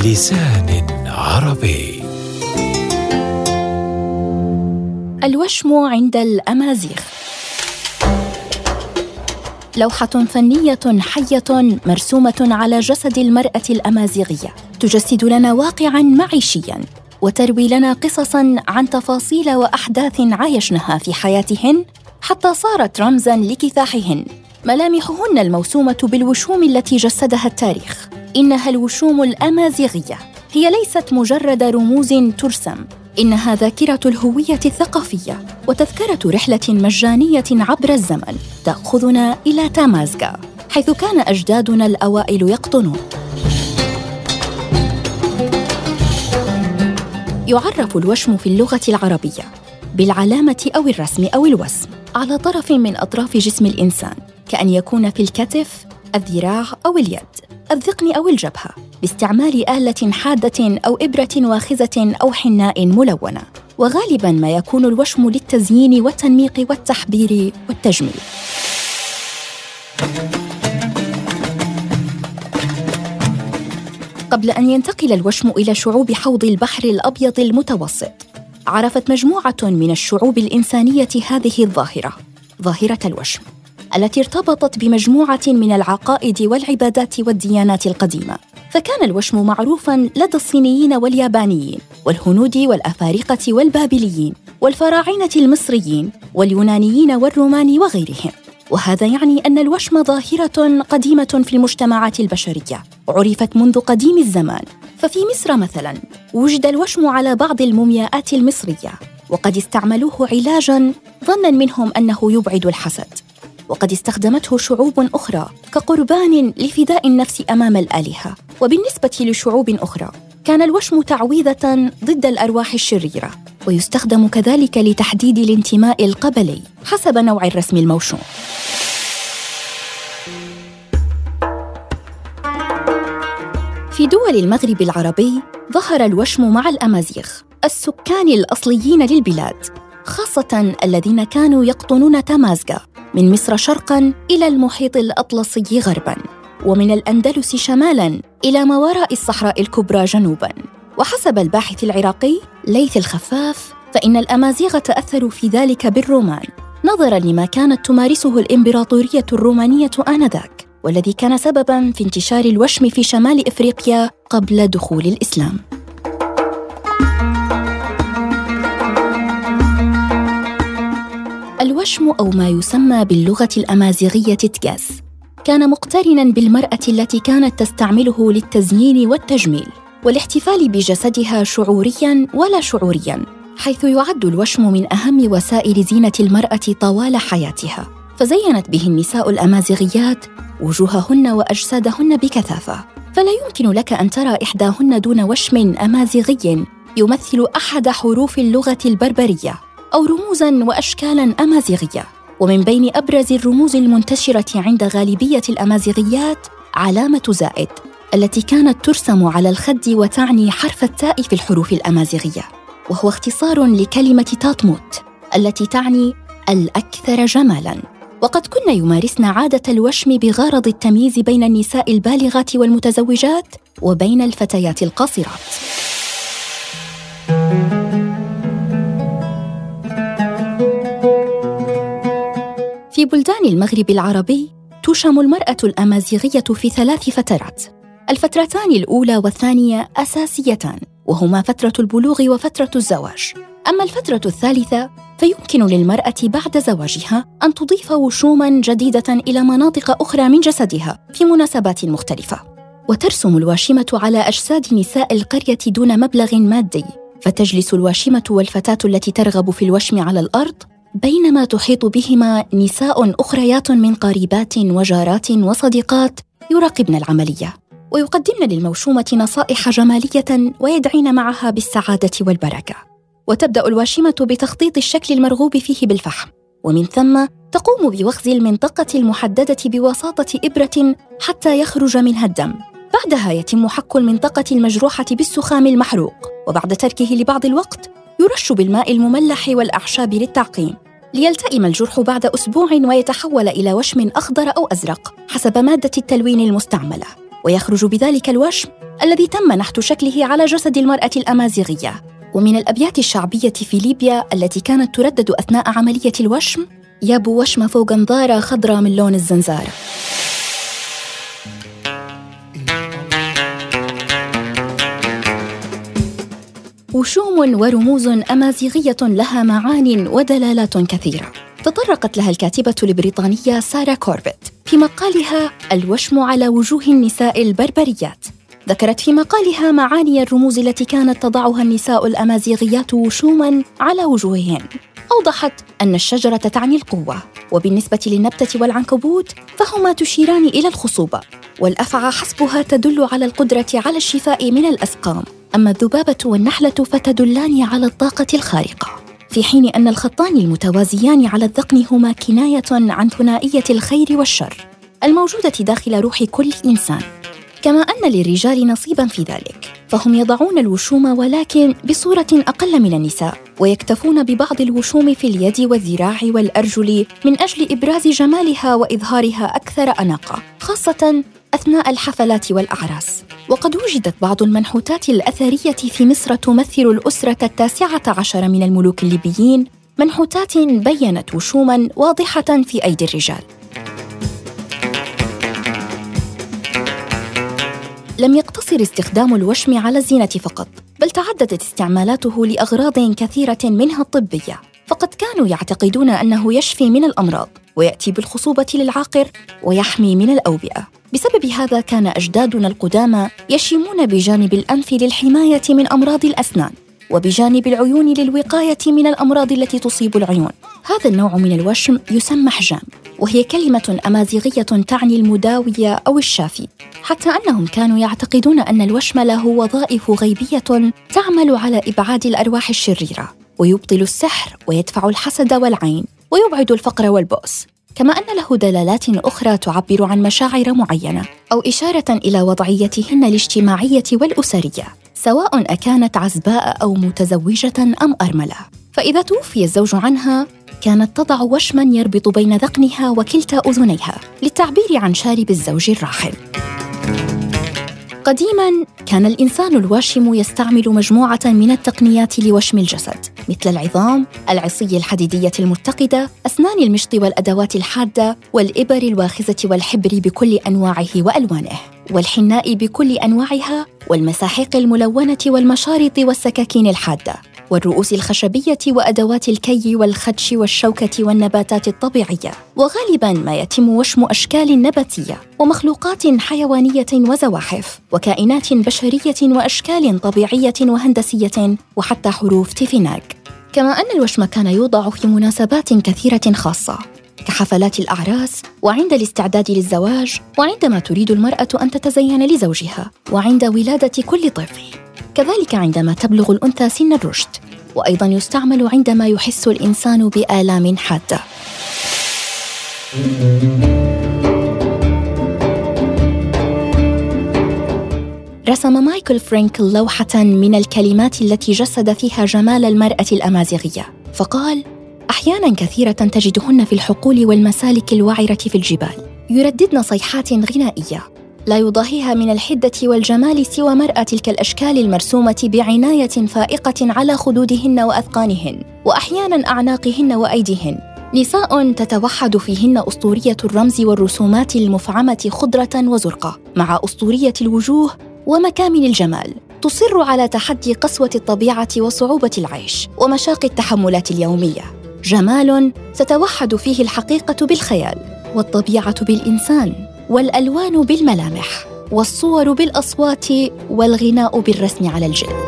بلسان عربي. الوشم عند الأمازيغ. لوحة فنية حية مرسومة على جسد المرأة الأمازيغية، تجسد لنا واقعاً معيشياً، وتروي لنا قصصاً عن تفاصيل وأحداث عايشناها في حياتهن حتى صارت رمزاً لكفاحهن. ملامحهن الموسومة بالوشوم التي جسدها التاريخ، إنها الوشوم الأمازيغية، هي ليست مجرد رموز ترسم، إنها ذاكرة الهوية الثقافية وتذكرة رحلة مجانية عبر الزمن تأخذنا إلى تامازغا، حيث كان أجدادنا الأوائل يقطنون. يعرف الوشم في اللغة العربية بالعلامة أو الرسم أو الوسم على طرف من أطراف جسم الإنسان، كأن يكون في الكتف، الذراع أو اليد، الذقن أو الجبهة، باستعمال آلة حادة أو إبرة واخزة أو حناء ملونة. وغالباً ما يكون الوشم للتزيين والتنميق والتحبير والتجميل. قبل أن ينتقل الوشم إلى شعوب حوض البحر الأبيض المتوسط، عرفت مجموعة من الشعوب الإنسانية هذه الظاهرة، ظاهرة الوشم، التي ارتبطت بمجموعة من العقائد والعبادات والديانات القديمة. فكان الوشم معروفاً لدى الصينيين واليابانيين والهنود والأفارقة والبابليين والفراعنة المصريين واليونانيين والرومان وغيرهم. وهذا يعني أن الوشم ظاهرة قديمة في المجتمعات البشرية، عرفت منذ قديم الزمان. ففي مصر مثلاً وجد الوشم على بعض المومياءات المصرية، وقد استعملوه علاجاً ظناً منهم أنه يبعد الحسد. وقد استخدمته شعوب أخرى كقربان لفداء النفس أمام الآلهة. وبالنسبة لشعوب أخرى كان الوشم تعويذة ضد الأرواح الشريرة، ويستخدم كذلك لتحديد الانتماء القبلي حسب نوع الرسم الموشوم. في دول المغرب العربي ظهر الوشم مع الأمازيغ، السكان الأصليين للبلاد، خاصة الذين كانوا يقطنون تامازغا من مصر شرقاً إلى المحيط الأطلسي غرباً، ومن الأندلس شمالاً إلى ما وراء الصحراء الكبرى جنوباً. وحسب الباحث العراقي ليث الخفاف، فإن الأمازيغ تأثروا في ذلك بالرومان، نظراً لما كانت تمارسه الإمبراطورية الرومانية آنذاك، والذي كان سبباً في انتشار الوشم في شمال إفريقيا قبل دخول الإسلام. الوشم أو ما يسمى باللغة الأمازيغية تتجاس كان مقترناً بالمرأة التي كانت تستعمله للتزيين والتجميل والاحتفال بجسدها شعورياً ولا شعورياً، حيث يعد الوشم من أهم وسائل زينة المرأة طوال حياتها. فزينت به النساء الأمازيغيات وجوههن وأجسادهن بكثافة، فلا يمكن لك أن ترى إحداهن دون وشم أمازيغي يمثل أحد حروف اللغة البربرية أو رموزاً وأشكالاً أمازيغية. ومن بين أبرز الرموز المنتشرة عند غالبية الأمازيغيات علامة زائد، التي كانت ترسم على الخد وتعني حرف التاء في الحروف الأمازيغية، وهو اختصار لكلمة تاتموت التي تعني الأكثر جمالاً. وقد كن يمارسن عادة الوشم بغرض التمييز بين النساء البالغات والمتزوجات وبين الفتيات القاصرات. في بلدان المغرب العربي تشم المرأة الأمازيغية في 3 فترات. الفترتان الأولى والثانية أساسيتان، وهما فترة البلوغ وفترة الزواج. أما الفترة الثالثة فيمكن للمرأة بعد زواجها أن تضيف وشوماً جديدة إلى مناطق أخرى من جسدها في مناسبات مختلفة. وترسم الواشمة على أجساد نساء القرية دون مبلغ مادي، فتجلس الواشمة والفتاة التي ترغب في الوشم على الأرض، بينما تحيط بهما نساء أخريات من قريبات وجارات وصديقات يراقبن العملية، ويقدمن للموشومة نصائح جمالية ويدعين معها بالسعادة والبركة. وتبدأ الواشمة بتخطيط الشكل المرغوب فيه بالفحم، ومن ثم تقوم بوخز المنطقة المحددة بواسطة إبرة حتى يخرج منها الدم. بعدها يتم حك المنطقة المجروحة بالسخام المحروق، وبعد تركه لبعض الوقت يرش بالماء المملح والأعشاب للتعقيم، ليلتئم الجرح بعد أسبوع ويتحول إلى وشم أخضر أو أزرق حسب مادة التلوين المستعملة. ويخرج بذلك الوشم الذي تم نحت شكله على جسد المرأة الأمازيغية. ومن الأبيات الشعبية في ليبيا التي كانت تردد أثناء عملية الوشم: يابو وشمة فوق نظارة خضرة من لون الزنزارة. وشوم ورموز أمازيغية لها معان ودلالات كثيرة تطرقت لها الكاتبة البريطانية سارة كوربيت في مقالها الوشم على وجوه النساء البربريات. ذكرت في مقالها معاني الرموز التي كانت تضعها النساء الأمازيغيات وشوماً على وجوههن. أوضحت أن الشجرة تعني القوة، وبالنسبة للنبتة والعنكبوت فهما تشيران إلى الخصوبة، والأفعى حسبها تدل على القدرة على الشفاء من الأسقام، أما الذبابة والنحلة فتدلان على الطاقة الخارقة، في حين أن الخطان المتوازيان على الذقن هما كناية عن ثنائية الخير والشر الموجودة داخل روح كل إنسان، كما أن للرجال نصيباً في ذلك، فهم يضعون الوشوم ولكن بصورة أقل من النساء، ويكتفون ببعض الوشوم في اليد والذراع والأرجل من أجل إبراز جمالها وإظهارها أكثر أناقة، خاصة أثناء الحفلات والأعراس. وقد وجدت بعض المنحوتات الأثرية في مصر تمثل الأسرة 19 من الملوك الليبيين، منحوتات بيّنت وشوماً واضحة في أيدي الرجال. لم يقتصر استخدام الوشم على الزينة فقط، بل تعددت استعمالاته لأغراض كثيرة منها الطبية، فقد كانوا يعتقدون أنه يشفي من الأمراض ويأتي بالخصوبة للعاقر ويحمي من الأوبئة. بسبب هذا كان أجدادنا القدامى يشمون بجانب الأنف للحماية من أمراض الأسنان، وبجانب العيون للوقاية من الأمراض التي تصيب العيون. هذا النوع من الوشم يسمى حجام، وهي كلمة أمازيغية تعني المداوي أو الشافي، حتى أنهم كانوا يعتقدون أن الوشم له وظائف غيبية تعمل على إبعاد الأرواح الشريرة، ويبطل السحر، ويدفع الحسد والعين، ويبعد الفقر والبؤس، كما أن له دلالات أخرى تعبر عن مشاعر معينة أو إشارة إلى وضعيتهن الاجتماعية والأسرية، سواء أكانت عزباء أو متزوجة أم أرملة. فإذا توفي الزوج عنها كانت تضع وشماً يربط بين ذقنها وكلتا أذنيها للتعبير عن شارب الزوج الراحل. قديماً كان الإنسان الواشم يستعمل مجموعة من التقنيات لوشم الجسد، مثل العظام، العصي الحديدية المتقدة، أسنان المشط والأدوات الحادة، والإبر الواخزة والحبر بكل أنواعه وألوانه، والحناء بكل أنواعها، والمساحيق الملونة والمشارط والسكاكين الحادة، والرؤوس الخشبية وأدوات الكي والخدش والشوكة والنباتات الطبيعية. وغالباً ما يتم وشم أشكال نباتية ومخلوقات حيوانية وزواحف وكائنات بشرية وأشكال طبيعية وهندسية وحتى حروف تيفيناغ. كما أن الوشم كان يوضع في مناسبات كثيرة خاصة كحفلات الأعراس، وعند الاستعداد للزواج، وعندما تريد المرأة أن تتزين لزوجها، وعند ولادة كل طفل، كذلك عندما تبلغ الأنثى سن الرشد، وأيضاً يستعمل عندما يحس الإنسان بآلام حادة. رسم مايكل فرانكل لوحة من الكلمات التي جسد فيها جمال المرأة الأمازيغية، فقال: أحياناً كثيرة تجدهن في الحقول والمسالك الوعرة في الجبال يرددن صيحات غنائية لا يضاهيها من الحدة والجمال سوى مرأة تلك الأشكال المرسومة بعناية فائقة على خدودهن وأذقانهن، وأحياناً أعناقهن وأيديهن، نساء تتوحد فيهن أسطورية الرمز والرسومات المفعمة خضرة وزرقة مع أسطورية الوجوه ومكامن الجمال، تصر على تحدي قسوة الطبيعة وصعوبة العيش ومشاق التحملات اليومية. جمال تتوحد فيه الحقيقة بالخيال، والطبيعة بالإنسان، والألوان بالملامح، والصور بالأصوات، والغناء بالرسم على الجلد.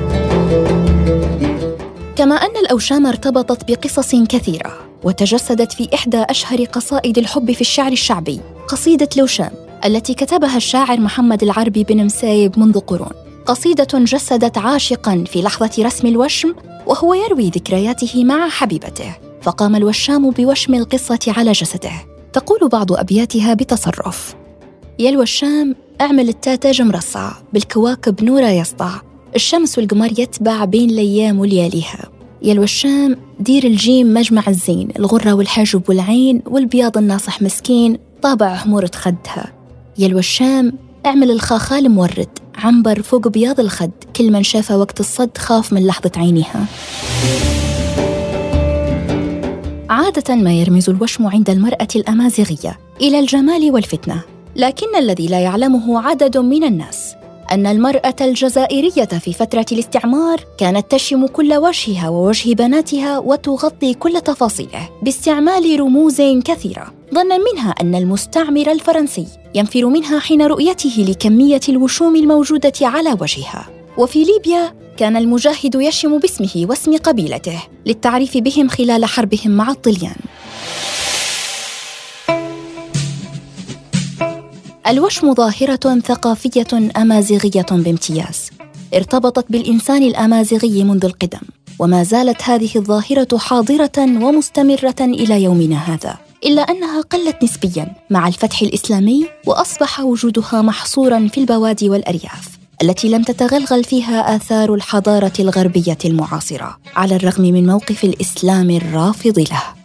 كما أن الأوشام ارتبطت بقصص كثيرة وتجسدت في إحدى أشهر قصائد الحب في الشعر الشعبي، قصيدة لوشام، التي كتبها الشاعر محمد العربي بن مسايب منذ قرون، قصيدة جسدت عاشقاً في لحظة رسم الوشم وهو يروي ذكرياته مع حبيبته، فقام الوشام بوشم القصة على جسده. تقول بعض أبياتها بتصرف: يا الوشام اعمل التاتاج مرصع، بالكواكب نورا يسطع، الشمس والقمر يتبع بين الأيام ولياليها. يا الوشام دير الجيم مجمع الزين، الغرة والحجب والعين والبياض الناصح مسكين، طابع همورة خدها. يا الوشام اعمل الخاخال مورد، عنبر فوق بياض الخد، كل من شافه وقت الصد خاف من لحظة عينها. عادة ما يرمز الوشم عند المرأة الأمازيغية إلى الجمال والفتنة، لكن الذي لا يعلمه عدد من الناس أن المرأة الجزائرية في فترة الاستعمار كانت تشم كل وجهها ووجه بناتها وتغطي كل تفاصيله باستعمال رموز كثيرة، ظناً منها أن المستعمر الفرنسي ينفر منها حين رؤيته لكمية الوشوم الموجودة على وجهها. وفي ليبيا كان المجاهد يشم باسمه واسم قبيلته للتعريف بهم خلال حربهم مع الطليان. الوشم ظاهرة ثقافية أمازيغية بامتياز، ارتبطت بالإنسان الأمازيغي منذ القدم، وما زالت هذه الظاهرة حاضرة ومستمرة إلى يومنا هذا، إلا أنها قلت نسبياً مع الفتح الإسلامي، وأصبح وجودها محصوراً في البوادي والأرياف التي لم تتغلغل فيها آثار الحضارة الغربية المعاصرة، على الرغم من موقف الإسلام الرافض له.